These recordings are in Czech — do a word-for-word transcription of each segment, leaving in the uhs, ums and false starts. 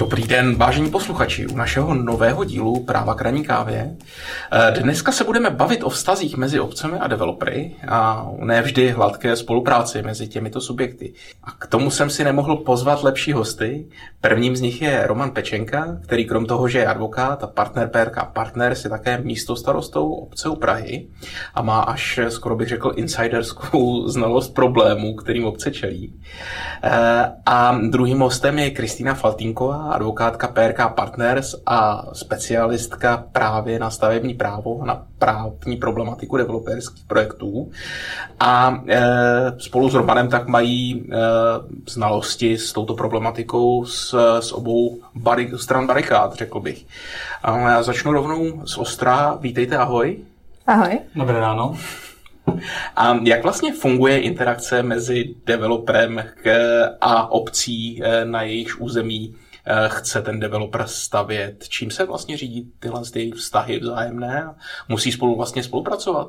Dobrý den, vážení posluchači, u našeho nového dílu Práva k ranní kávě. Dneska se budeme bavit o vztazích mezi obcemi a developery a ne vždy hladké spolupráci mezi těmito subjekty. A k tomu jsem si nemohl pozvat lepší hosty. Prvním z nich je Roman Pečenka, který krom toho, že je advokát a partner P R K Partners, je také místostarostou obce u Prahy a má až, skoro bych řekl, insiderskou znalost problémů, kterým obce čelí. A druhým hostem je Kristýna Faltýnková, advokátka P R K Partners a specialistka právě na stavební právo a na právní problematiku developerských projektů. A e, spolu s Romanem tak mají e, znalosti s touto problematikou z, z obou barik, stran barikád, řekl bych. A já začnu rovnou z Ostra. Vítejte, ahoj. Ahoj. Dobré ráno. A jak vlastně funguje interakce mezi developerem a obcí, na jejichž území chce ten developer stavět? Čím se vlastně řídí tyhle ty vztahy vzájemné? Musí spolu vlastně spolupracovat?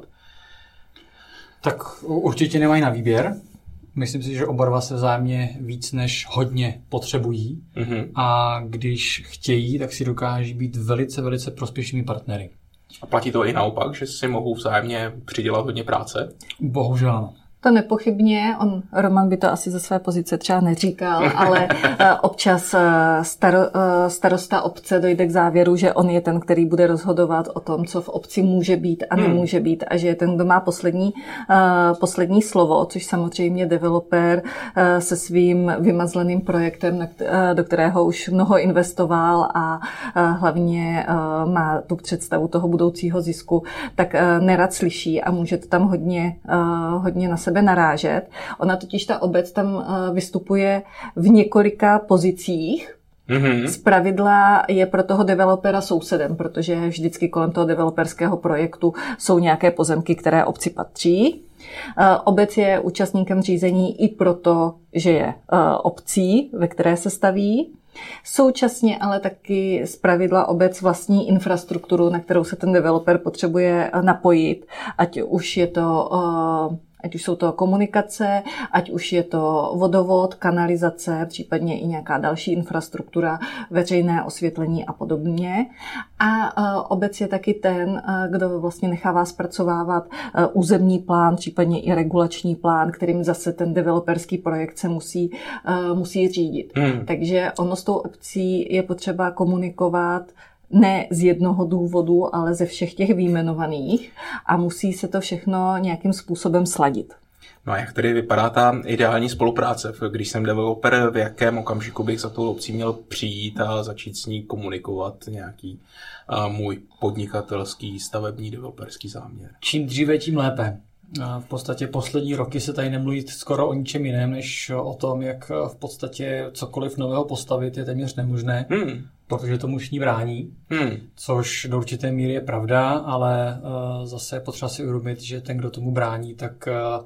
Tak určitě nemají na výběr. Myslím si, že oba dva se vzájemně víc než hodně potřebují. Mm-hmm. A když chtějí, tak si dokáží být velice, velice prospěšnými partnery. A platí to i naopak, že si mohou vzájemně přidělat hodně práce? Bohužel ano. To nepochybně, on, Roman by to asi ze své pozice třeba neříkal, ale občas staro, starosta obce dojde k závěru, že on je ten, který bude rozhodovat o tom, co v obci může být a nemůže být a že je ten, kdo má poslední, poslední slovo, což samozřejmě developer se svým vymazleným projektem, do kterého už mnoho investoval a hlavně má tu představu toho budoucího zisku, tak nerad slyší a může to tam hodně, hodně na sebe narážet. Ona totiž ta obec tam vystupuje v několika pozicích. Mm-hmm. Zpravidla je pro toho developera sousedem, protože vždycky kolem toho developerského projektu jsou nějaké pozemky, které obci patří. Obec je účastníkem řízení i proto, že je obcí, ve které se staví. Současně ale taky zpravidla obec vlastní infrastrukturu, na kterou se ten developer potřebuje napojit, ať už je to Ať už jsou to komunikace, ať už je to vodovod, kanalizace, případně i nějaká další infrastruktura, veřejné osvětlení a podobně. A obec je taky ten, kdo vlastně nechává zpracovávat územní plán, případně i regulační plán, kterým zase ten developerský projekt se musí, musí řídit. Hmm. Takže ono s tou obcí je potřeba komunikovat ne z jednoho důvodu, ale ze všech těch vyjmenovaných a musí se to všechno nějakým způsobem sladit. No a jak tedy vypadá ta ideální spolupráce? Když jsem developer, v jakém okamžiku bych za tou obcí měl přijít a začít s ní komunikovat nějaký a, můj podnikatelský, stavební, developerský záměr? Čím dříve, tím lépe. V podstatě poslední roky se tady nemluví skoro o ničem jiném, než o tom, jak v podstatě cokoliv nového postavit je téměř nemožné, hmm. protože tomu všichni brání, hmm. což do určité míry je pravda, ale uh, zase je potřeba si uvědomit, že ten, kdo tomu brání, tak uh,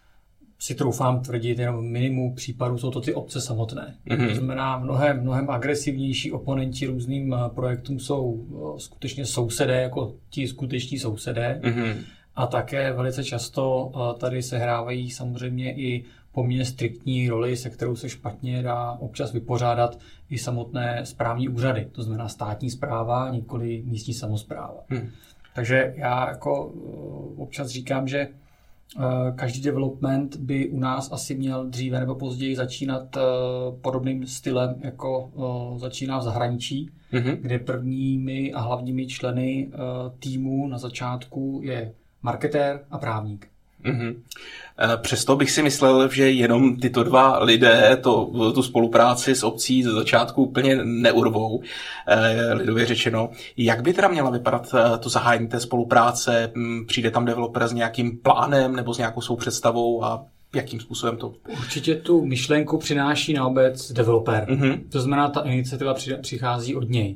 si troufám tvrdit, jenom minimum případů jsou to ty obce samotné. Hmm. To znamená, mnohem, mnohem agresivnější oponenti různým uh, projektům jsou uh, skutečně sousedé, jako ti skuteční sousedé. Hmm. A také velice často tady sehrávají samozřejmě i poměrně striktní roli, se kterou se špatně dá občas vypořádat i samotné správní úřady. To znamená státní správa, nikoli místní samospráva. Hmm. Takže já jako občas říkám, že každý development by u nás asi měl dříve nebo později začínat podobným stylem, jako začíná v zahraničí, hmm. kde prvními a hlavními členy týmu na začátku je marketér a právník. Mm-hmm. Přesto bych si myslel, že jenom tyto dva lidé to, tu spolupráci s obcí ze začátku úplně neurvou, lidově řečeno. Jak by teda měla vypadat to zahájení té spolupráce? Přijde tam developer s nějakým plánem nebo s nějakou svou představou a jakým způsobem to? Určitě tu myšlenku přináší na obec developer. Mm-hmm. To znamená, ta iniciativa přichází od něj.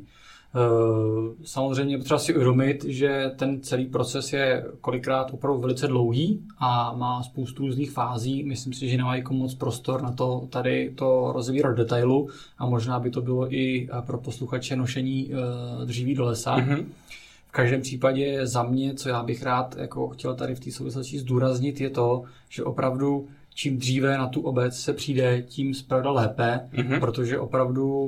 Samozřejmě potřeba si uvědomit, že ten celý proces je kolikrát opravdu velice dlouhý a má spoustu různých fází. Myslím si, že nemá jako moc prostor na to tady to rozvírat do detailu a možná by to bylo i pro posluchače nošení dříví do lesa. Mm-hmm. V každém případě za mě, co já bych rád jako chtěl tady v té souvislosti zdůraznit, je to, že opravdu čím dříve na tu obec se přijde, tím zpravda lépe, mm-hmm. protože opravdu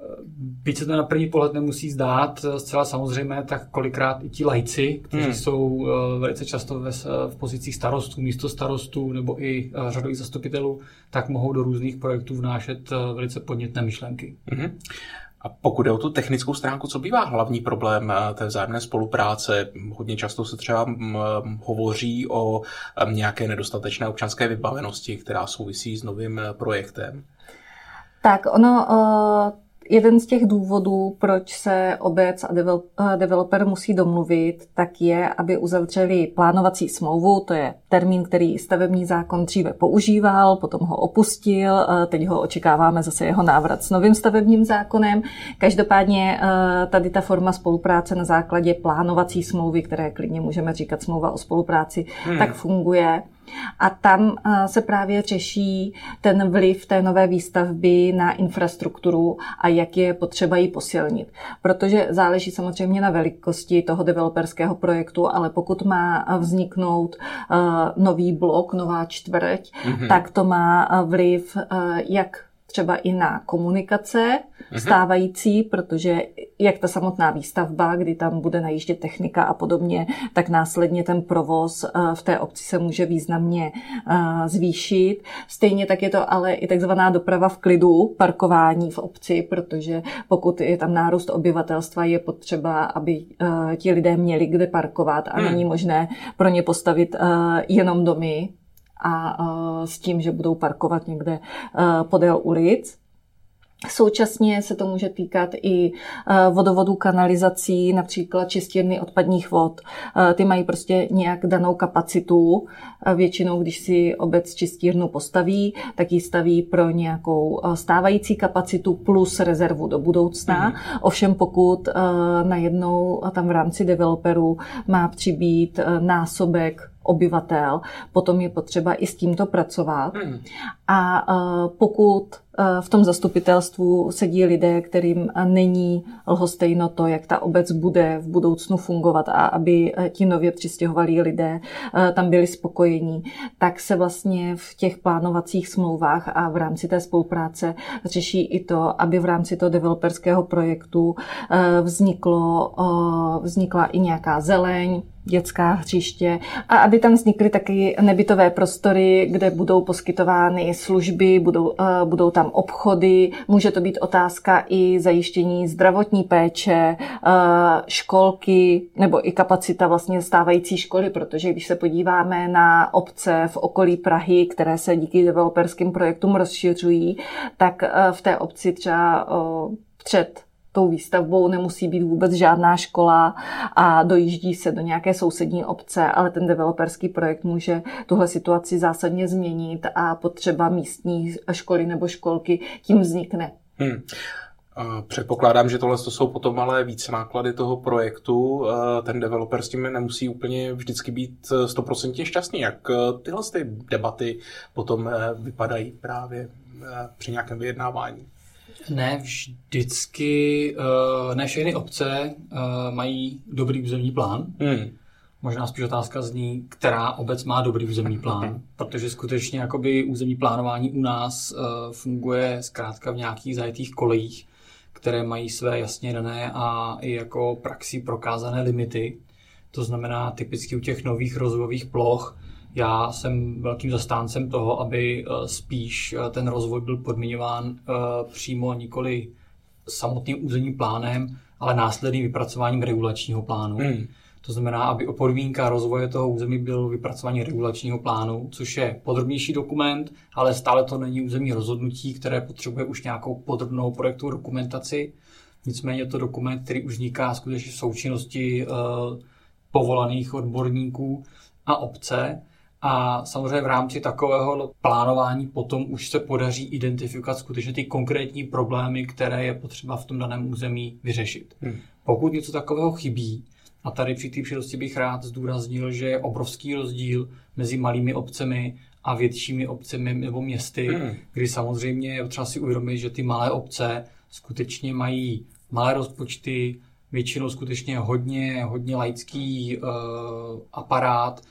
Byť se to na první pohled nemusí zdát zcela samozřejmé, tak kolikrát i ti laici, kteří hmm. jsou velice často ve, v pozicích starostů, místo starostů nebo i řadových zastupitelů, tak mohou do různých projektů vnášet velice podnětné myšlenky. Hmm. A pokud je o tu technickou stránku, co bývá hlavní problém té vzájemné spolupráce? Hodně často se třeba hovoří o nějaké nedostatečné občanské vybavenosti, která souvisí s novým projektem. Tak ono... Uh... Jeden z těch důvodů, proč se obec a developer musí domluvit, tak je, aby uzavřeli plánovací smlouvu. To je termín, který stavební zákon dříve používal, potom ho opustil, teď ho očekáváme zase jeho návrat s novým stavebním zákonem. Každopádně tady ta forma spolupráce na základě plánovací smlouvy, které klidně můžeme říkat smlouva o spolupráci, hmm. tak funguje. A tam se právě řeší ten vliv té nové výstavby na infrastrukturu a jak je potřeba ji posilnit. Protože záleží samozřejmě na velikosti toho developerského projektu, ale pokud má vzniknout nový blok, nová čtvrť, mm-hmm. tak to má vliv jak třeba i na komunikace stávající, protože jak ta samotná výstavba, kdy tam bude najíždět technika a podobně, tak následně ten provoz v té obci se může významně zvýšit. Stejně tak je to ale i takzvaná doprava v klidu, parkování v obci, protože pokud je tam nárůst obyvatelstva, je potřeba, aby ti lidé měli kde parkovat a hmm. není možné pro ně postavit jenom domy, a uh, s tím, že budou parkovat někde uh, podél ulic. Současně se to může týkat i uh, vodovodů, kanalizací, například čistírny odpadních vod. Uh, ty mají prostě nějak danou kapacitu. Uh, většinou, když si obec čistírnu postaví, tak ji staví pro nějakou uh, stávající kapacitu plus rezervu do budoucna. Mm. Ovšem pokud uh, najednou tam v rámci developerů má přibýt uh, násobek obyvatel, potom je potřeba i s tímto pracovat. Hmm. A uh, pokud uh, v tom zastupitelstvu sedí lidé, kterým není lhostejno to, jak ta obec bude v budoucnu fungovat a aby uh, ti nově přistěhovalí lidé uh, tam byli spokojení, tak se vlastně v těch plánovacích smlouvách a v rámci té spolupráce řeší i to, aby v rámci toho developerského projektu uh, vzniklo, uh, vznikla i nějaká zeleň, dětská hřiště a aby tam vznikly taky nebytové prostory, kde budou poskytovány služby, budou, uh, budou tam obchody, může to být otázka i zajištění zdravotní péče, uh, školky nebo i kapacita vlastně stávající školy, protože když se podíváme na obce v okolí Prahy, které se díky developerským projektům rozšiřují, tak uh, v té obci třeba uh, před tou výstavbou nemusí být vůbec žádná škola a dojíždí se do nějaké sousední obce, ale ten developerský projekt může tuhle situaci zásadně změnit a potřeba místní školy nebo školky tím vznikne. Hmm. Předpokládám, že tohle jsou potom ale více náklady toho projektu. Ten developer s tím nemusí úplně vždycky být stoprocentně šťastný. Jak tyhle ty debaty potom vypadají právě při nějakém vyjednávání? Ne vždycky, ne všechny obce mají dobrý územní plán. Hmm. Možná spíš otázka zní, která obec má dobrý územní plán, hmm. protože skutečně jakoby územní plánování u nás funguje zkrátka v nějakých zajetých kolejích, které mají své jasně dané a i jako praxi prokázané limity. To znamená typicky u těch nových rozvojových ploch. Já jsem velkým zastáncem toho, aby spíš ten rozvoj byl podmiňován přímo nikoli samotným územním plánem, ale následným vypracováním regulačního plánu. Hmm. To znamená, aby o podmínka rozvoje toho území byl vypracování regulačního plánu, což je podrobnější dokument, ale stále to není územní rozhodnutí, které potřebuje už nějakou podrobnou projektovou dokumentaci. Nicméně je to dokument, který už vzniká skutečně v součinnosti uh, povolaných odborníků a obce. A samozřejmě v rámci takového plánování potom už se podaří identifikovat skutečně ty konkrétní problémy, které je potřeba v tom daném území vyřešit. Hmm. Pokud něco takového chybí, a tady při té příležitosti bych rád zdůraznil, že je obrovský rozdíl mezi malými obcemi a většími obcemi nebo městy, hmm. kdy samozřejmě je třeba si uvědomit, že ty malé obce skutečně mají malé rozpočty, většinou skutečně hodně, hodně laický uh, aparát,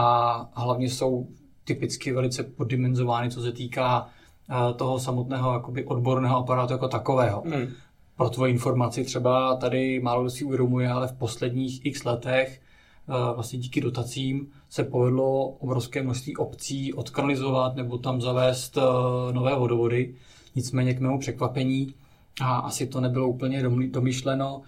a hlavně jsou typicky velice poddimenzovány, co se týká uh, toho samotného jakoby odborného aparátu jako takového. Hmm. Pro tvoji informaci třeba tady málo kdo si uvědomuje, ale v posledních x letech vlastně díky dotacím se povedlo obrovské množství obcí odkanalizovat nebo tam zavést nové vodovody. Nicméně k mému překvapení, a asi to nebylo úplně domyšleno,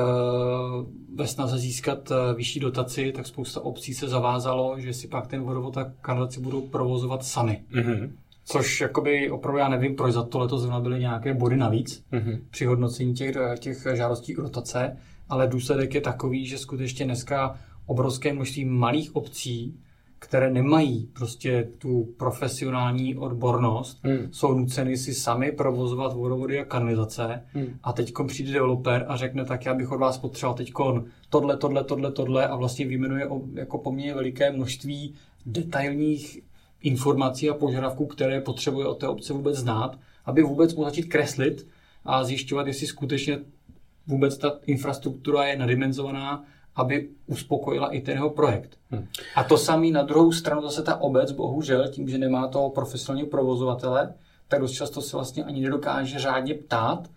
ve snaze získat vyšší dotaci, tak spousta obcí se zavázalo, že si pak ten vodovod a kanalizaci budou provozovat sami. Mm-hmm. Což jakoby opravdu já nevím, proč za to letos zrovna byly nějaké body navíc mm-hmm. při hodnocení těch, těch žádostí o dotace, ale důsledek je takový, že skutečně dneska obrovské množství malých obcí, které nemají prostě tu profesionální odbornost, hmm. jsou nuceny si sami provozovat vodovody a kanalizace hmm. a teďko přijde developer a řekne, tak já bych od vás potřeboval teďko tohle, tohle, tohle, tohle a vlastně vyjmenuje jako poměrně veliké množství detailních informací a požadavků, které potřebuje od té obce vůbec znát, aby vůbec mohl začít kreslit a zjišťovat, jestli skutečně vůbec ta infrastruktura je nadimenzovaná, aby uspokojila i ten jeho projekt. Hmm. A to samý na druhou stranu zase ta obec, bohužel, tím, že nemá toho profesionálního provozovatele, tak dost často se vlastně ani nedokáže řádně ptát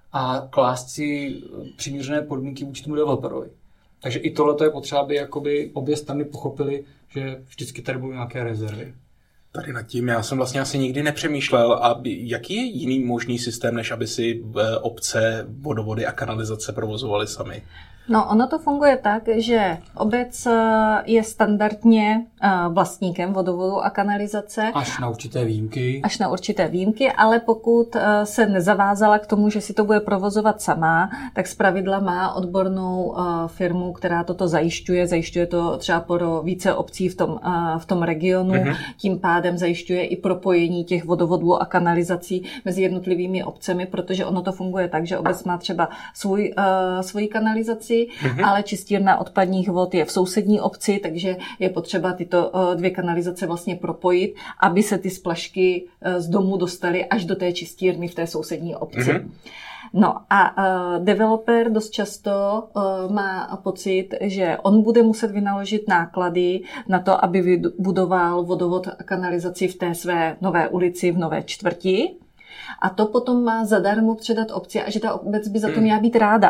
a klást si přiměřené podmínky vůči tomu developerovi. Takže i tohle je potřeba, aby jakoby obě strany pochopily, že vždycky tady budou nějaké rezervy. Tady nad tím já jsem vlastně asi nikdy nepřemýšlel, aby, jaký je jiný možný systém, než aby si obce vodovody a kanalizace provozovaly sami? No, ono to funguje tak, že obec je standardně vlastníkem vodovodu a kanalizace. Až na určité výjimky. Až na určité výjimky, ale pokud se nezavázala k tomu, že si to bude provozovat sama, tak zpravidla má odbornou firmu, která toto zajišťuje. Zajišťuje to třeba pro více obcí v tom, v tom regionu. Mm-hmm. Tím pádem zajišťuje i propojení těch vodovodů a kanalizací mezi jednotlivými obcemi, protože ono to funguje tak, že obec má třeba svůj, svoji kanalizaci, Mm-hmm. ale čistírna odpadních vod je v sousední obci, takže je potřeba tyto dvě kanalizace vlastně propojit, aby se ty splašky z domu dostaly až do té čistírny v té sousední obci. Mm-hmm. No a uh, developer dost často uh, má pocit, že on bude muset vynaložit náklady na to, aby vybudoval vodovod a kanalizaci v té své nové ulici, v nové čtvrti. A to potom má zadarmo předat obci a že ta obec by za to měla být ráda.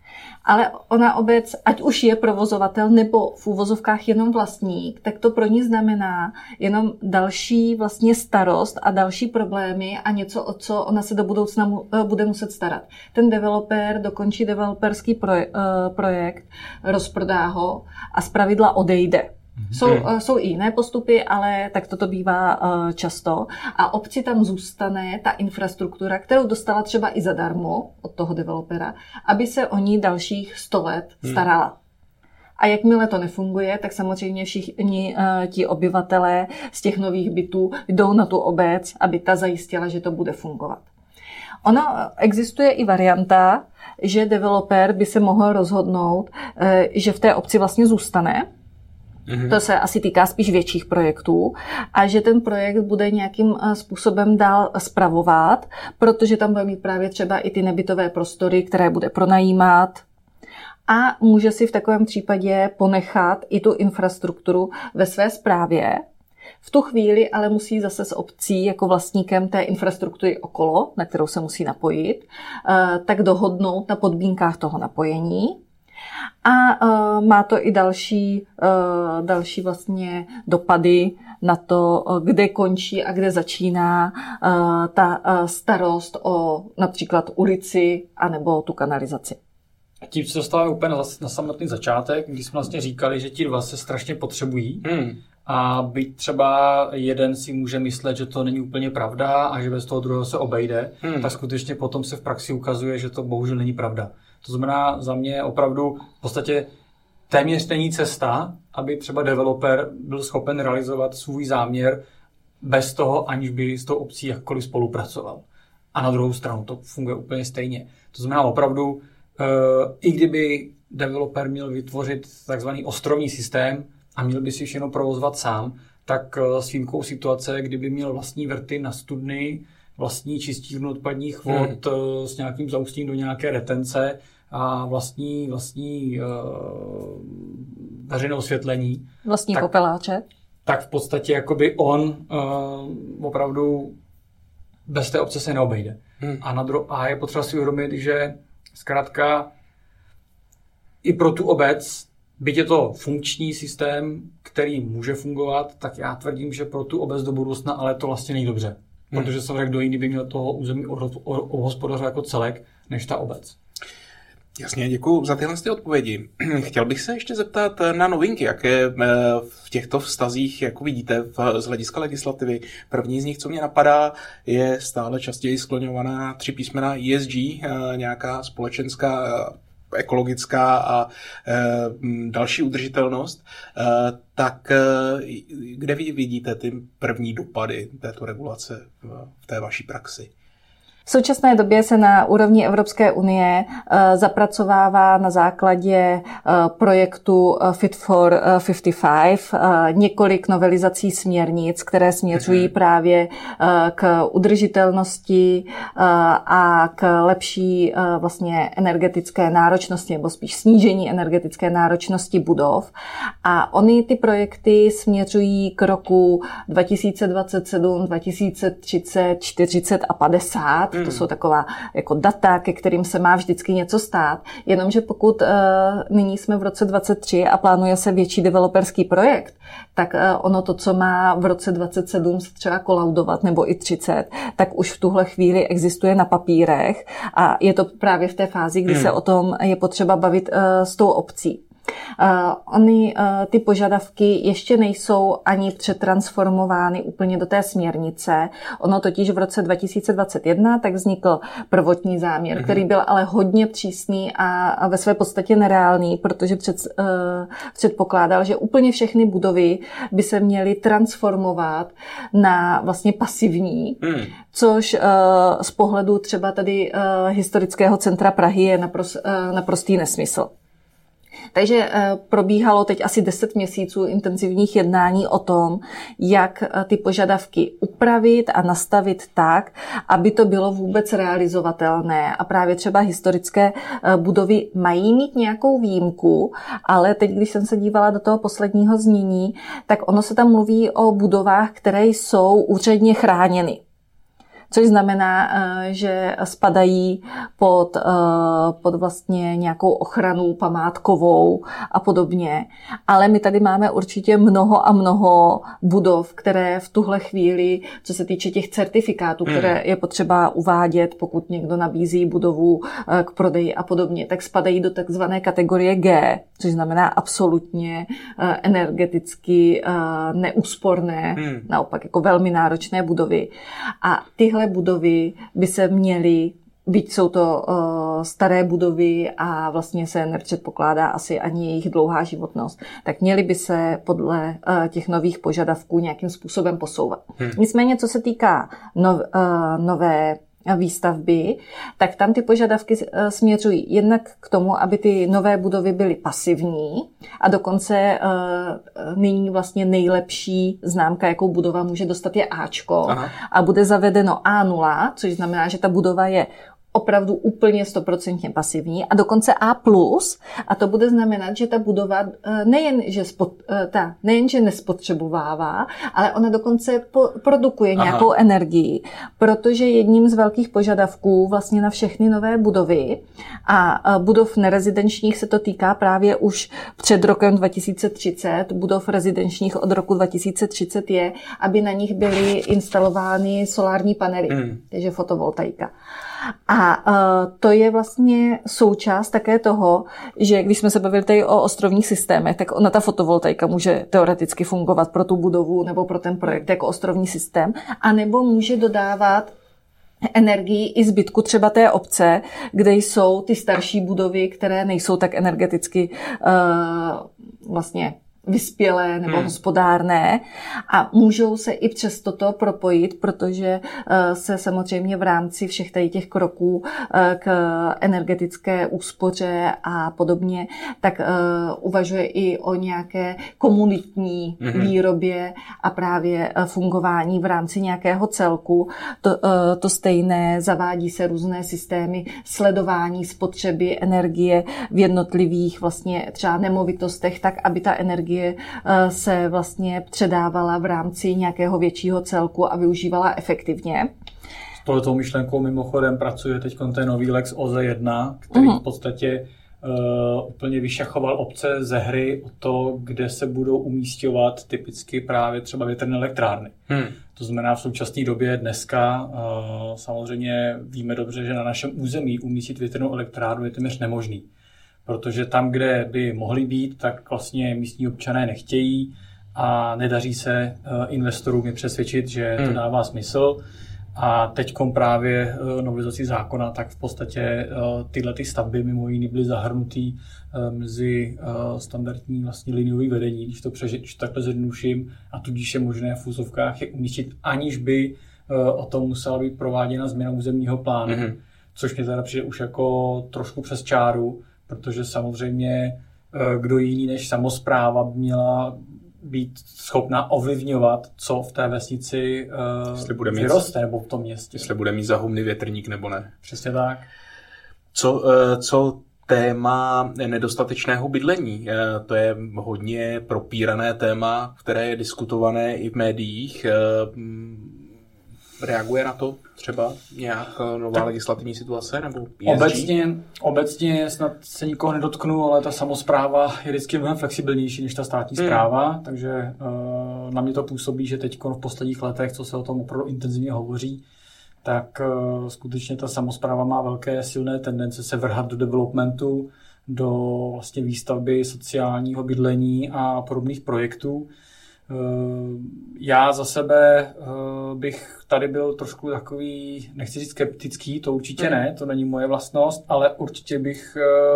Ale ona obec, ať už je provozovatel nebo v úvozovkách jenom vlastník, tak to pro ní znamená jenom další vlastně starost a další problémy a něco, o co ona se do budoucna mu, bude muset starat. Ten developer dokončí developerský proje, projekt, rozprodá ho a zpravidla odejde. Jsou, hmm. jsou i jiné postupy, ale tak toto bývá uh, často. A obci tam zůstane ta infrastruktura, kterou dostala třeba i zadarmo od toho developera, aby se o ní dalších sto let starala. Hmm. A jakmile to nefunguje, tak samozřejmě všichni uh, ti obyvatelé z těch nových bytů jdou na tu obec, aby ta zajistila, že to bude fungovat. Ono existuje i varianta, že developer by se mohl rozhodnout, uh, že v té obci vlastně zůstane. To se asi týká spíš větších projektů a že ten projekt bude nějakým způsobem dál spravovat, protože tam bude mít právě třeba i ty nebytové prostory, které bude pronajímat a může si v takovém případě ponechat i tu infrastrukturu ve své správě. V tu chvíli ale musí zase s obcí jako vlastníkem té infrastruktury okolo, na kterou se musí napojit, tak dohodnout na podmínkách toho napojení. A uh, má to i další, uh, další vlastně dopady na to, uh, kde končí a kde začíná uh, ta uh, starost o například ulici anebo tu kanalizaci. Tím se dostáváme úplně na, na samotný začátek, kdy jsme vlastně říkali, že ti dva se strašně potřebují. Hmm. A byť třeba jeden si může myslet, že to není úplně pravda a že bez toho druhého se obejde, hmm. tak skutečně potom se v praxi ukazuje, že to bohužel není pravda. To znamená, za mě opravdu v podstatě téměř není cesta, aby třeba developer byl schopen realizovat svůj záměr bez toho, aniž by s tou obcí jakkoliv spolupracoval. A na druhou stranu to funguje úplně stejně. To znamená opravdu, i kdyby developer měl vytvořit takzvaný ostrovní systém a měl by si všechno provozovat sám, tak s výjimkou situace, kdyby měl vlastní vrty na studny, vlastní čistírnu odpadních vod hmm. s nějakým zaustím do nějaké retence a vlastní, vlastní uh, veřejné osvětlení. Vlastní tak, popeláče. Tak v podstatě jakoby on uh, opravdu bez té obce se neobejde. Hmm. A, na dro- a je potřeba si uvědomit, že Zkrátka i pro tu obec, byť je to funkční systém, který může fungovat, tak já tvrdím, že pro tu obec do budoucna, ale to vlastně není dobře. Hmm. Protože samozřejmě kdo jiný by měl toho území obhospodařovat jako celek, než ta obec. Jasně, děkuji za tyhle ty odpovědi. Chtěl bych se ještě zeptat na novinky, jaké v těchto vztazích, jako vidíte, z hlediska legislativy. První z nich, co mě napadá, je stále častěji skloňovaná tři písmena E S G, nějaká společenská, ekologická a další udržitelnost. Tak kde vy vidíte ty první dopady této regulace v té vaší praxi? V současné době se na úrovni Evropské unie zapracovává na základě projektu Fit for padesát pět několik novelizací směrnic, které směřují právě k udržitelnosti a k lepší vlastně energetické náročnosti, nebo spíš snížení energetické náročnosti budov. A ony ty projekty směřují k roku dva tisíce dvacet sedm, dva tisíce třicet, čtyřicet a padesát. To jsou taková jako data, ke kterým se má vždycky něco stát. Jenomže pokud uh, nyní jsme v roce dvacet tři a plánuje se větší developerský projekt, tak uh, ono to, co má v roce dvacet sedm se třeba kolaudovat nebo i třicet, tak už v tuhle chvíli existuje na papírech a je to právě v té fázi, kdy hmm. se o tom je potřeba bavit uh, s tou obcí. Uh, Ony uh, ty požadavky ještě nejsou ani přetransformovány úplně do té směrnice. Ono totiž v roce dva tisíce dvacet jedna tak vznikl prvotní záměr, mm-hmm. který byl ale hodně přísný a, a ve své podstatě nereálný, protože před, uh, předpokládal, že úplně všechny budovy by se měly transformovat na vlastně pasivní, mm. což uh, z pohledu třeba tady uh, historického centra Prahy je naprost, uh, naprostý nesmysl. Takže probíhalo teď asi deset měsíců intenzivních jednání o tom, jak ty požadavky upravit a nastavit tak, aby to bylo vůbec realizovatelné. A právě třeba historické budovy mají mít nějakou výjimku, ale teď, když jsem se dívala do toho posledního znění, tak ono se tam mluví o budovách, které jsou úředně chráněny. Což znamená, že spadají pod, pod vlastně nějakou ochranu památkovou a podobně. Ale my tady máme určitě mnoho a mnoho budov, které v tuhle chvíli, co se týče těch certifikátů, které je potřeba uvádět, pokud někdo nabízí budovu k prodeji a podobně, tak spadají do takzvané kategorie G, což znamená absolutně energeticky neúsporné, hmm. naopak jako velmi náročné budovy. A tyhle budovy by se měly, byť jsou to uh, staré budovy a vlastně se nepředpokládá asi ani jejich dlouhá životnost, tak měly by se podle uh, těch nových požadavků nějakým způsobem posouvat. Hmm. Nicméně, co se týká nov, uh, nové výstavby, tak tam ty požadavky směřují jednak k tomu, aby ty nové budovy byly pasivní a dokonce uh, nyní vlastně nejlepší známka, jakou budova může dostat, je Ačko. Aha. A bude zavedeno A nula, což znamená, že ta budova je opravdu úplně stoprocentně pasivní a dokonce A plus, a to bude znamenat, že ta budova nejen, že, spot, ta, nejen, že nespotřebovává, ale ona dokonce po, produkuje Aha. nějakou energii, protože jedním z velkých požadavků vlastně na všechny nové budovy a budov nerezidenčních se to týká právě už před rokem dva tisíce třicet, budov rezidenčních od roku dva tisíce třicet je, aby na nich byly instalovány solární panely, hmm. takže fotovoltaika. A uh, to je vlastně součást také toho, že když jsme se bavili tady o ostrovních systémech, tak ona ta fotovoltaika může teoreticky fungovat pro tu budovu nebo pro ten projekt jako ostrovní systém, anebo může dodávat energii i zbytku třeba té obce, kde jsou ty starší budovy, které nejsou tak energeticky uh, vlastně vyspělé nebo hmm. hospodárné a můžou se i přes toto propojit, protože se samozřejmě v rámci všech tady těch kroků k energetické úspoře a podobně, tak uvažuje i o nějaké komunitní hmm. výrobě a právě fungování v rámci nějakého celku. To, to stejné, zavádí se různé systémy sledování spotřeby energie v jednotlivých vlastně třeba nemovitostech, tak aby ta energie se vlastně předávala v rámci nějakého většího celku a využívala efektivně. S touto myšlenkou mimochodem pracuje teď ten nový Lex O Z E jedna, který uh-huh. v podstatě uh, úplně vyšachoval obce ze hry o to, kde se budou umísťovat typicky právě třeba větrné elektrárny. Hmm. To znamená v současné době dneska uh, samozřejmě víme dobře, že na našem území umístit větrnou elektrárnu je téměř nemožný. Protože tam, kde by mohly být, tak vlastně místní občané nechtějí a nedaří se uh, investorům je přesvědčit, že hmm. to dává smysl. A teďkom právě uh, novelizací zákona, tak v podstatě uh, tyhle ty stavby mimo jiný byly zahrnutý uh, mezi uh, standardní vlastně liniový vedení, když to přeži, když takhle zjednoduším, a tudíž je možné v úzovkách je umístit, aniž by uh, o tom musela být prováděna změna územního plánu, mm-hmm. což mě teda přijde už jako trošku přes čáru, protože samozřejmě uh, kdo jiný než samospráva by měla být schopna ovlivňovat, co v té vesnici uh, vyroste, nebo v tom městě. Jestli bude mít za humny větrník, nebo ne. Přesně tak. Co, uh, co téma nedostatečného bydlení? Uh, to je hodně propírané téma, které je diskutované i v médiích. Uh, reaguje na to třeba nějak nová legislativní situace? Nebo obecně, obecně snad se nikoho nedotknu, ale ta samospráva je vždycky mnohem flexibilnější než ta státní hmm. správa, takže uh, na mě to působí, že teď v posledních letech, co se o tom opravdu intenzivně hovoří, tak uh, skutečně ta samospráva má velké silné tendence se vrhat do developmentu, do vlastně výstavby sociálního bydlení a podobných projektů. Já za sebe bych tady byl trošku takový, nechci říct skeptický, to určitě ne, to není moje vlastnost, ale určitě bych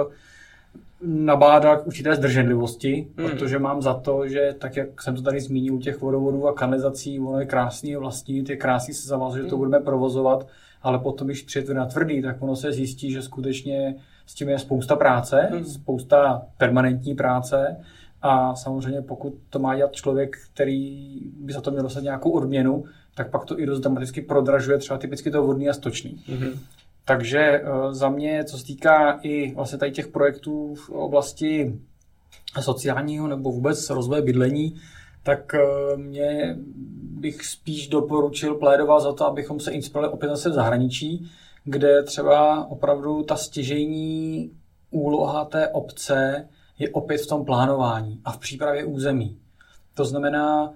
nabádal k určité zdrženlivosti, hmm. protože mám za to, že tak, jak jsem to tady zmínil u těch vodovodů a kanalizací, ono je krásný vlastní, je krásný se zavazuje, že to budeme provozovat, ale potom, když přijete na tvrdý, tak ono se zjistí, že skutečně s tím je spousta práce, hmm. spousta permanentní práce. A samozřejmě pokud to má dělat člověk, který by za to měl dostat nějakou odměnu, tak pak to i dost dramaticky prodražuje třeba typicky to vodný a stočný. Mm-hmm. Takže uh, za mě, co se týká i vlastně tady těch projektů v oblasti sociálního nebo vůbec rozvoje bydlení, tak uh, mě bych spíš doporučil, plédoval za to, abychom se inspirovali opět zase v zahraničí, kde třeba opravdu ta stěžejní úloha té obce je opět v tom plánování a v přípravě území. To znamená,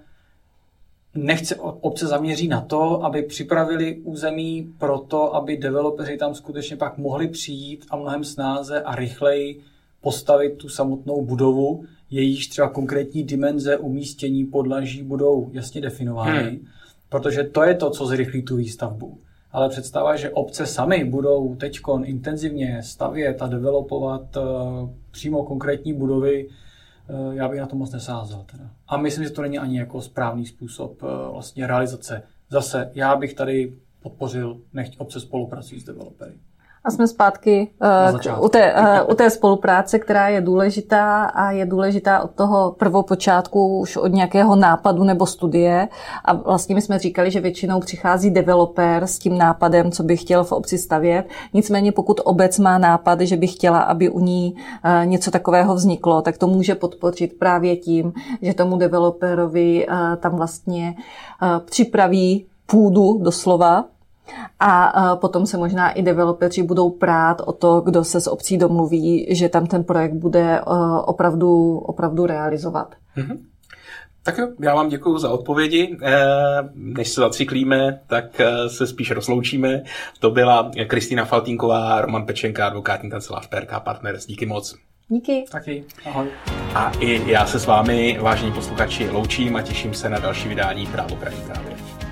nechce obce zaměří na to, aby připravili území pro to, aby developeři tam skutečně pak mohli přijít a mnohem snáze a rychleji postavit tu samotnou budovu, jejíž třeba konkrétní dimenze, umístění, podlaží budou jasně definovány, hmm. protože to je to, co zrychlí tu výstavbu. Ale představa, že obce sami budou teďkon intenzivně stavět a developovat uh, přímo konkrétní budovy, uh, já bych na to moc nesázel. Teda. A myslím, že to není ani jako správný způsob uh, vlastně realizace. Zase já bych tady podpořil, nechť obce spolupracují s developery. A jsme zpátky uh, k, u, té, uh, u té spolupráce, která je důležitá a je důležitá od toho prvopočátku už od nějakého nápadu nebo studie. A vlastně my jsme říkali, že většinou přichází developer s tím nápadem, co by chtěl v obci stavět. Nicméně pokud obec má nápad, že by chtěla, aby u ní uh, něco takového vzniklo, tak to může podpořit právě tím, že tomu developerovi uh, tam vlastně uh, připraví půdu doslova. A potom se možná i developeři budou prát o to, kdo se s obcí domluví, že tam ten projekt bude opravdu, opravdu realizovat. Mm-hmm. Tak jo, já vám děkuji za odpovědi. Než se zacyklíme, tak se spíš rozloučíme. To byla Kristýna Faltínková, Roman Pečenka, advokátní kancelář P R K Partners. Díky moc. Díky. Taky. Ahoj. A i já se s vámi, vážení posluchači, loučím a těším se na další vydání Právo kranikáře.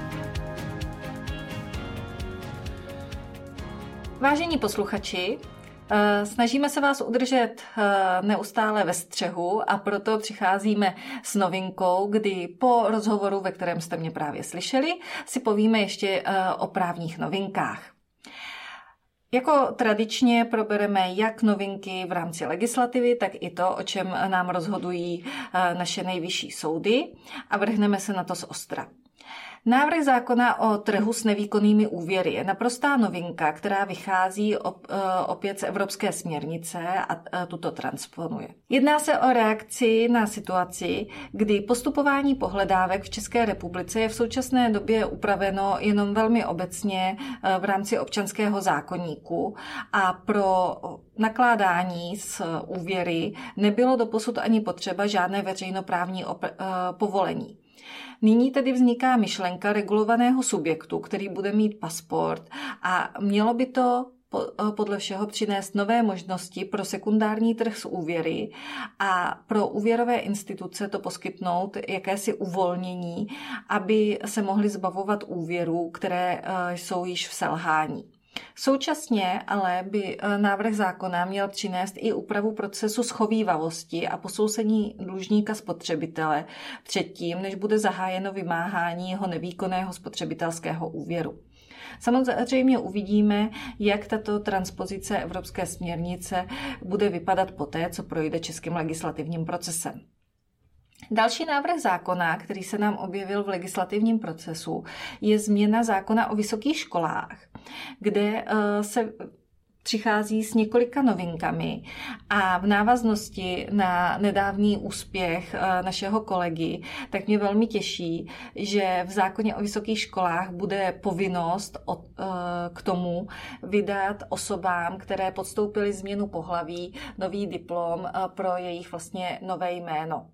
Vážení posluchači, snažíme se vás udržet neustále ve střehu a proto přicházíme s novinkou, kdy po rozhovoru, ve kterém jste mě právě slyšeli, si povíme ještě o právních novinkách. Jako tradičně probereme jak novinky v rámci legislativy, tak i to, o čem nám rozhodují naše nejvyšší soudy a vrhneme se na to z ostra. Návrh zákona o trhu s nevýkonnými úvěry je naprostá novinka, která vychází op, opět z evropské směrnice a tuto transponuje. Jedná se o reakci na situaci, kdy postupování pohledávek v České republice je v současné době upraveno jenom velmi obecně v rámci občanského zákoníku a pro nakládání s úvěry nebylo doposud ani potřeba žádné veřejnoprávní op- povolení. Nyní tedy vzniká myšlenka regulovaného subjektu, který bude mít pasport a mělo by to podle všeho přinést nové možnosti pro sekundární trh s úvěry a pro úvěrové instituce to poskytnout jakési uvolnění, aby se mohly zbavovat úvěrů, které jsou již v selhání. Současně ale by návrh zákona měl přinést i úpravu procesu schovívavosti a posouzení dlužníka spotřebitele předtím, než bude zahájeno vymáhání jeho nevýkonného spotřebitelského úvěru. Samozřejmě uvidíme, jak tato transpozice evropské směrnice bude vypadat poté, co projde českým legislativním procesem. Další návrh zákona, který se nám objevil v legislativním procesu, je změna zákona o vysokých školách, kde se přichází s několika novinkami a v návaznosti na nedávný úspěch našeho kolegy, tak mě velmi těší, že v zákoně o vysokých školách bude povinnost od, k tomu vydat osobám, které podstoupily změnu pohlaví, nový diplom pro jejich vlastně nové jméno.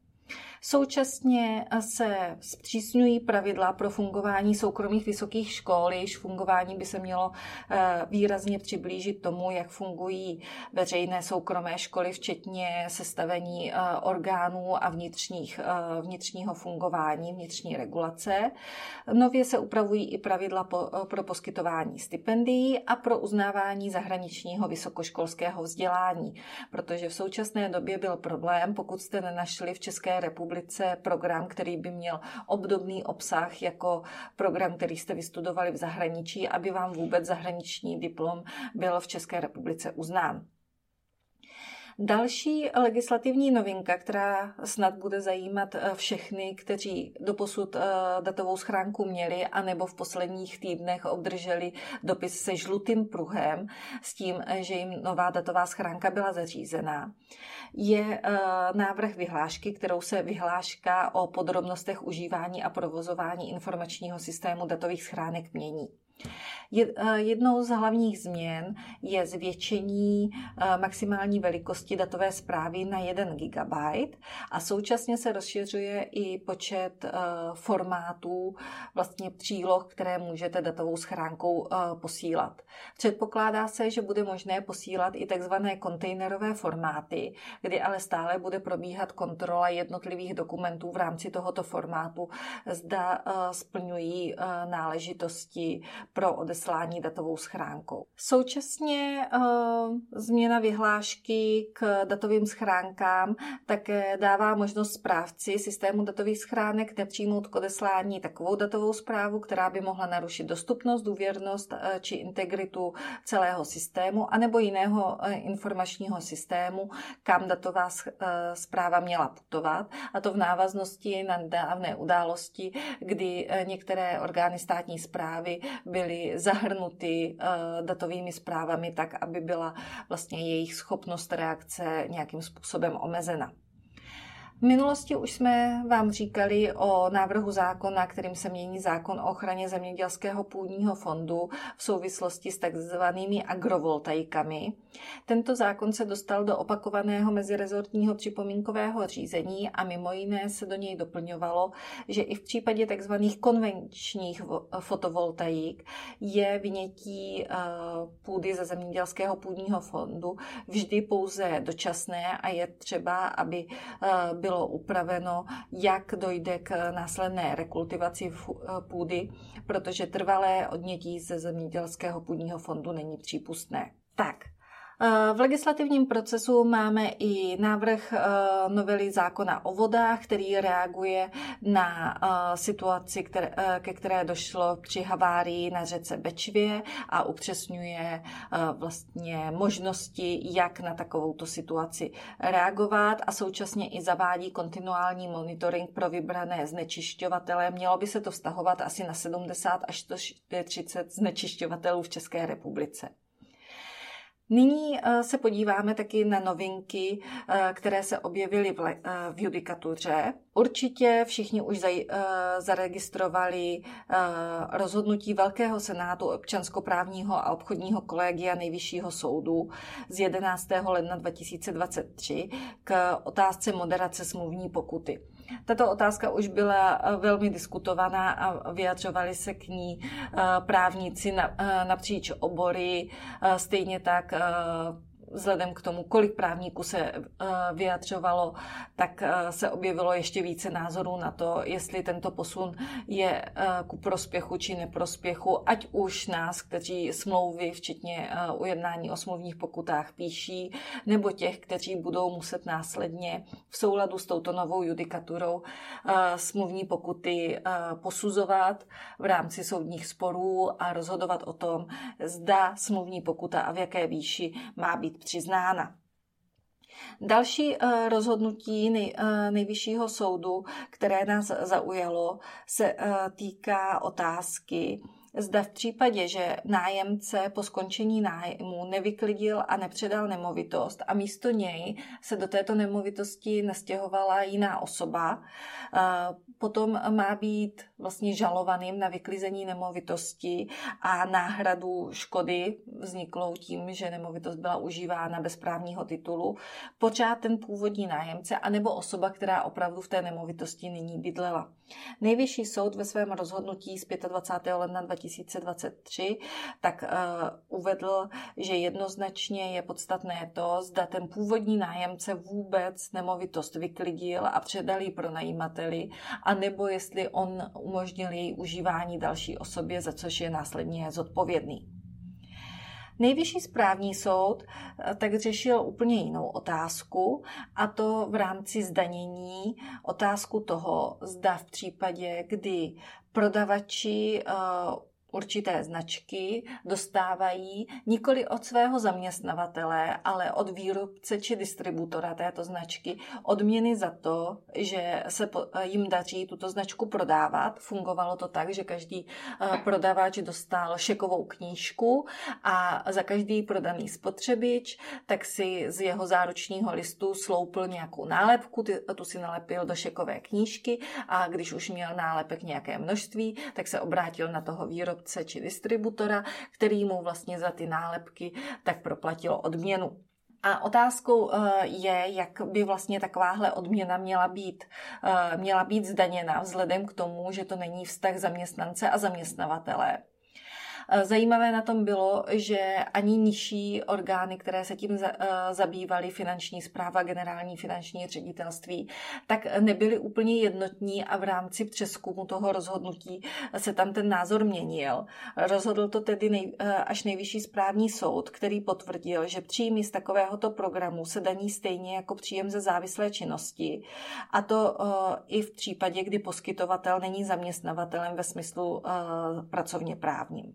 Současně se zpřísňují pravidla pro fungování soukromých vysokých škol, jejichž fungování by se mělo výrazně přiblížit tomu, jak fungují veřejné soukromé školy, včetně sestavení orgánů a vnitřních, vnitřního fungování, vnitřní regulace. Nově se upravují i pravidla pro poskytování stipendií a pro uznávání zahraničního vysokoškolského vzdělání, protože v současné době byl problém, pokud jste nenašli v České republice program, který by měl obdobný obsah jako program, který jste vystudovali v zahraničí, aby vám vůbec zahraniční diplom byl v České republice uznán. Další legislativní novinka, která snad bude zajímat všechny, kteří doposud datovou schránku měli anebo v posledních týdnech obdrželi dopis se žlutým pruhem s tím, že jim nová datová schránka byla zařízená, je návrh vyhlášky, kterou se vyhláška o podrobnostech užívání a provozování informačního systému datových schránek mění. Jednou z hlavních změn je zvětšení maximální velikosti datové zprávy na jeden gigabajt a současně se rozšiřuje i počet formátů, vlastně příloh, které můžete datovou schránkou posílat. Předpokládá se, že bude možné posílat i takzvané kontejnerové formáty, kdy ale stále bude probíhat kontrola jednotlivých dokumentů v rámci tohoto formátu, zda splňují náležitosti pro odeslání datovou schránkou. Současně uh, změna vyhlášky k datovým schránkám také dává možnost správci systému datových schránek nepřijmout k odeslání takovou datovou správu, která by mohla narušit dostupnost, důvěrnost uh, či integritu celého systému anebo jiného uh, informačního systému, kam datová uh, správa měla putovat, a to v návaznosti na nedávné události, kdy uh, některé orgány státní správy byly zahrnuty uh, datovými zprávami tak, aby byla vlastně jejich schopnost reakce nějakým způsobem omezena. V minulosti už jsme vám říkali o návrhu zákona, kterým se mění zákon o ochraně zemědělského půdního fondu v souvislosti s takzvanými agrovoltaikami. Tento zákon se dostal do opakovaného mezirezortního připomínkového řízení a mimo jiné se do něj doplňovalo, že i v případě takzvaných konvenčních fotovoltaik je vynětí půdy ze zemědělského půdního fondu vždy pouze dočasné a je třeba, aby bylo bylo upraveno, jak dojde k následné rekultivaci půdy, protože trvalé odnětí ze zemědělského půdního fondu není přípustné. Tak, V legislativním procesu máme i návrh novely zákona o vodách, který reaguje na situaci, které, ke které došlo při havárii na řece Bečvě a upřesňuje vlastně možnosti, jak na takovouto situaci reagovat a současně i zavádí kontinuální monitoring pro vybrané znečišťovatele. Mělo by se to vztahovat asi na sedmdesát až sto třicet znečišťovatelů v České republice. Nyní se podíváme taky na novinky, které se objevily v judikatuře. Určitě všichni už zaregistrovali rozhodnutí Velkého senátu občanskoprávního a obchodního kolegia Nejvyššího soudu z jedenáctého ledna dva tisíce dvacet tři k otázce moderace smluvní pokuty. Tato otázka už byla velmi diskutovaná a vyjadřovali se k ní právníci napříč obory, stejně tak vzhledem k tomu, kolik právníků se vyjadřovalo, tak se objevilo ještě více názorů na to, jestli tento posun je ku prospěchu či neprospěchu, ať už nás, kteří smlouvy, včetně ujednání o smluvních pokutách píší, nebo těch, kteří budou muset následně v souladu s touto novou judikaturou smluvní pokuty posuzovat v rámci soudních sporů a rozhodovat o tom, zda smluvní pokuta a v jaké výši má být přiznána. Další rozhodnutí nej, Nejvyššího soudu, které nás zaujalo, se týká otázky, zda v případě, že nájemce po skončení nájmu nevyklidil a nepředal nemovitost a místo něj se do této nemovitosti nastěhovala jiná osoba, potom má být vlastně žalovaným na vyklizení nemovitosti a náhradu škody vzniklou tím, že nemovitost byla užívána bez právního titulu, pořád ten původní nájemce anebo osoba, která opravdu v té nemovitosti nyní bydlela. Nejvyšší soud ve svém rozhodnutí z dvacátého pátého ledna dva tisíce dvacet tři tak uh, uvedl, že jednoznačně je podstatné to, zda ten původní nájemce vůbec nemovitost vyklidil a předal ji pronajímateli, anebo jestli on umožnil její užívání další osobě, za což je následně zodpovědný. Nejvyšší správní soud tak řešil úplně jinou otázku, a to v rámci zdanění otázku toho, zda v případě, kdy prodavači uh, určité značky dostávají nikoli od svého zaměstnavatele, ale od výrobce či distributora této značky odměny za to, že se jim daří tuto značku prodávat. Fungovalo to tak, že každý prodavač dostal šekovou knížku a za každý prodaný spotřebič tak si z jeho záručního listu sloupil nějakou nálepku, tu si nalepil do šekové knížky a když už měl nálepek nějaké množství, tak se obrátil na toho výrobce či distributora, který mu vlastně za ty nálepky tak proplatilo odměnu. A otázkou je, jak by vlastně takováhle odměna měla být, měla být zdaněna vzhledem k tomu, že to není vztah zaměstnance a zaměstnavatele. Zajímavé na tom bylo, že ani nižší orgány, které se tím zabývaly, finanční správa, generální finanční ředitelství, tak nebyly úplně jednotní a v rámci přezkumu toho rozhodnutí se tam ten názor měnil. Rozhodl to tedy nej, až Nejvyšší správní soud, který potvrdil, že příjmy z takovéhoto programu se daní stejně jako příjem ze závislé činnosti, a to i v případě, kdy poskytovatel není zaměstnavatelem ve smyslu pracovně právním.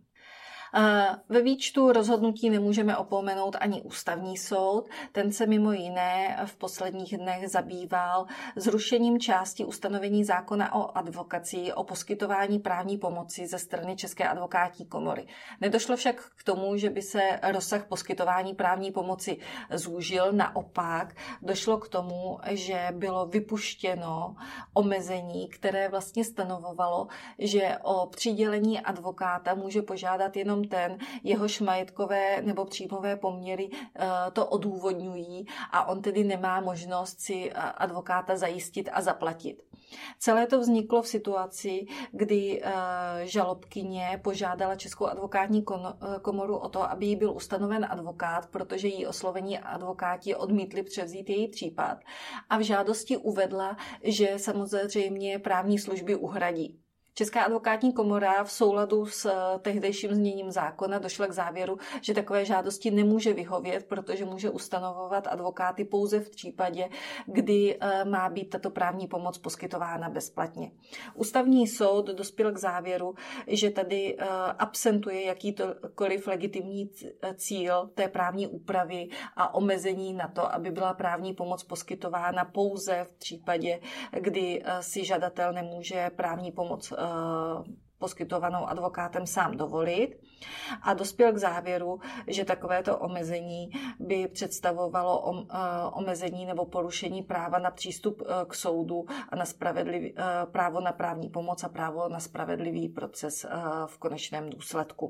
Ve výčtu rozhodnutí nemůžeme opomenout ani ústavní soud. Ten se mimo jiné v posledních dnech zabýval zrušením části ustanovení zákona o advokacii o poskytování právní pomoci ze strany České advokátní komory. Nedošlo však k tomu, že by se rozsah poskytování právní pomoci zúžil, naopak došlo k tomu, že bylo vypuštěno omezení, které vlastně stanovovalo, že o přidělení advokáta může požádat jenom ten, jehož majetkové nebo příjmové poměry to odůvodňují a on tedy nemá možnost si advokáta zajistit a zaplatit. Celé to vzniklo v situaci, kdy žalobkyně požádala Českou advokátní komoru o to, aby jí byl ustanoven advokát, protože jí oslovení advokáti odmítli převzít její případ a v žádosti uvedla, že samozřejmě právní služby uhradí. Česká advokátní komora v souladu s tehdejším zněním zákona došla k závěru, že takové žádosti nemůže vyhovět, protože může ustanovovat advokáty pouze v případě, kdy má být tato právní pomoc poskytována bezplatně. Ústavní soud dospěl k závěru, že tady absentuje jakýkoliv legitimní cíl té právní úpravy a omezení na to, aby byla právní pomoc poskytována pouze v případě, kdy si žadatel nemůže právní pomoc poskytovanou advokátem sám dovolit, a dospěl k závěru, že takovéto omezení by představovalo omezení nebo porušení práva na přístup k soudu a na spravedlivý, právo na právní pomoc a právo na spravedlivý proces v konečném důsledku.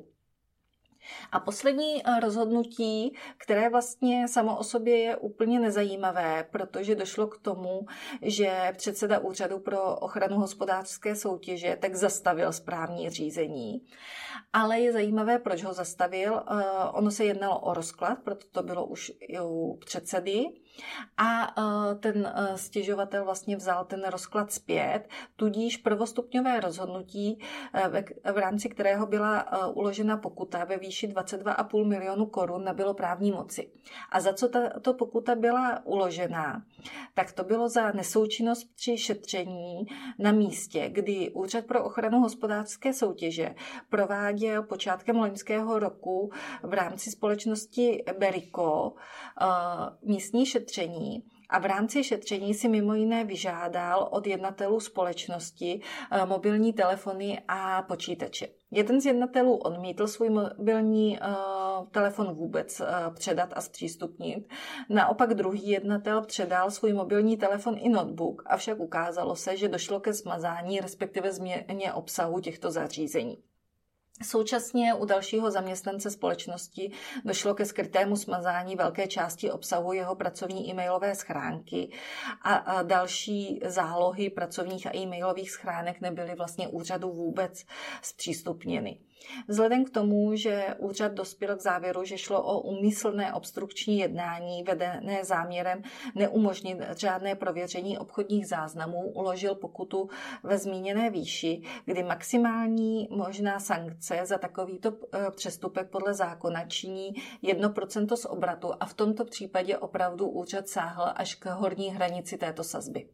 A poslední rozhodnutí, které vlastně samo o sobě je úplně nezajímavé, protože došlo k tomu, že předseda Úřadu pro ochranu hospodářské soutěže tak zastavil správní řízení. Ale je zajímavé, proč ho zastavil. Ono se jednalo o rozklad, proto to bylo už u předsedy. A ten stěžovatel vlastně vzal ten rozklad zpět, tudíž prvostupňové rozhodnutí, v rámci kterého byla uložena pokuta ve výši dvacet dva a půl milionu korun, nabylo právní moci. A za co tato pokuta byla uložená? Tak to bylo za nesoučinnost při šetření na místě, kdy Úřad pro ochranu hospodářské soutěže prováděl počátkem loňského roku v rámci společnosti Beriko místní šetření. A v rámci šetření si mimo jiné vyžádal od jednatelů společnosti mobilní telefony a počítače. Jeden z jednatelů odmítl svůj mobilní uh, telefon vůbec uh, předat a zpřístupnit. Naopak druhý jednatel předal svůj mobilní telefon i notebook, avšak ukázalo se, že došlo ke smazání, respektive změně obsahu těchto zařízení. Současně u dalšího zaměstnance společnosti došlo ke skrytému smazání velké části obsahu jeho pracovní e-mailové schránky a, a další zálohy pracovních a e-mailových schránek nebyly vlastně úřadu vůbec zpřístupněny. Vzhledem k tomu, že úřad dospěl k závěru, že šlo o úmyslné obstrukční jednání vedené záměrem neumožnit žádné prověření obchodních záznamů, uložil pokutu ve zmíněné výši, kdy maximální možná sankce za takovýto přestupek podle zákona činí jedno procento z obratu a v tomto případě opravdu úřad sáhl až k horní hranici této sazby.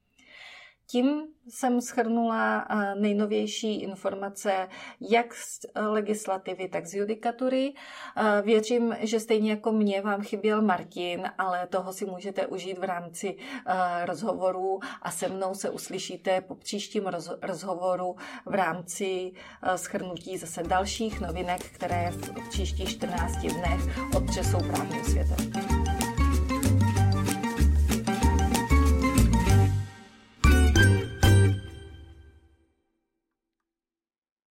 Tím jsem shrnula nejnovější informace jak z legislativy, tak z judikatury. Věřím, že stejně jako mě vám chyběl Martin, ale toho si můžete užít v rámci rozhovoru a se mnou se uslyšíte po příštím rozhovoru v rámci shrnutí zase dalších novinek, které v příštích čtrnácti dnech otřesou právním světem.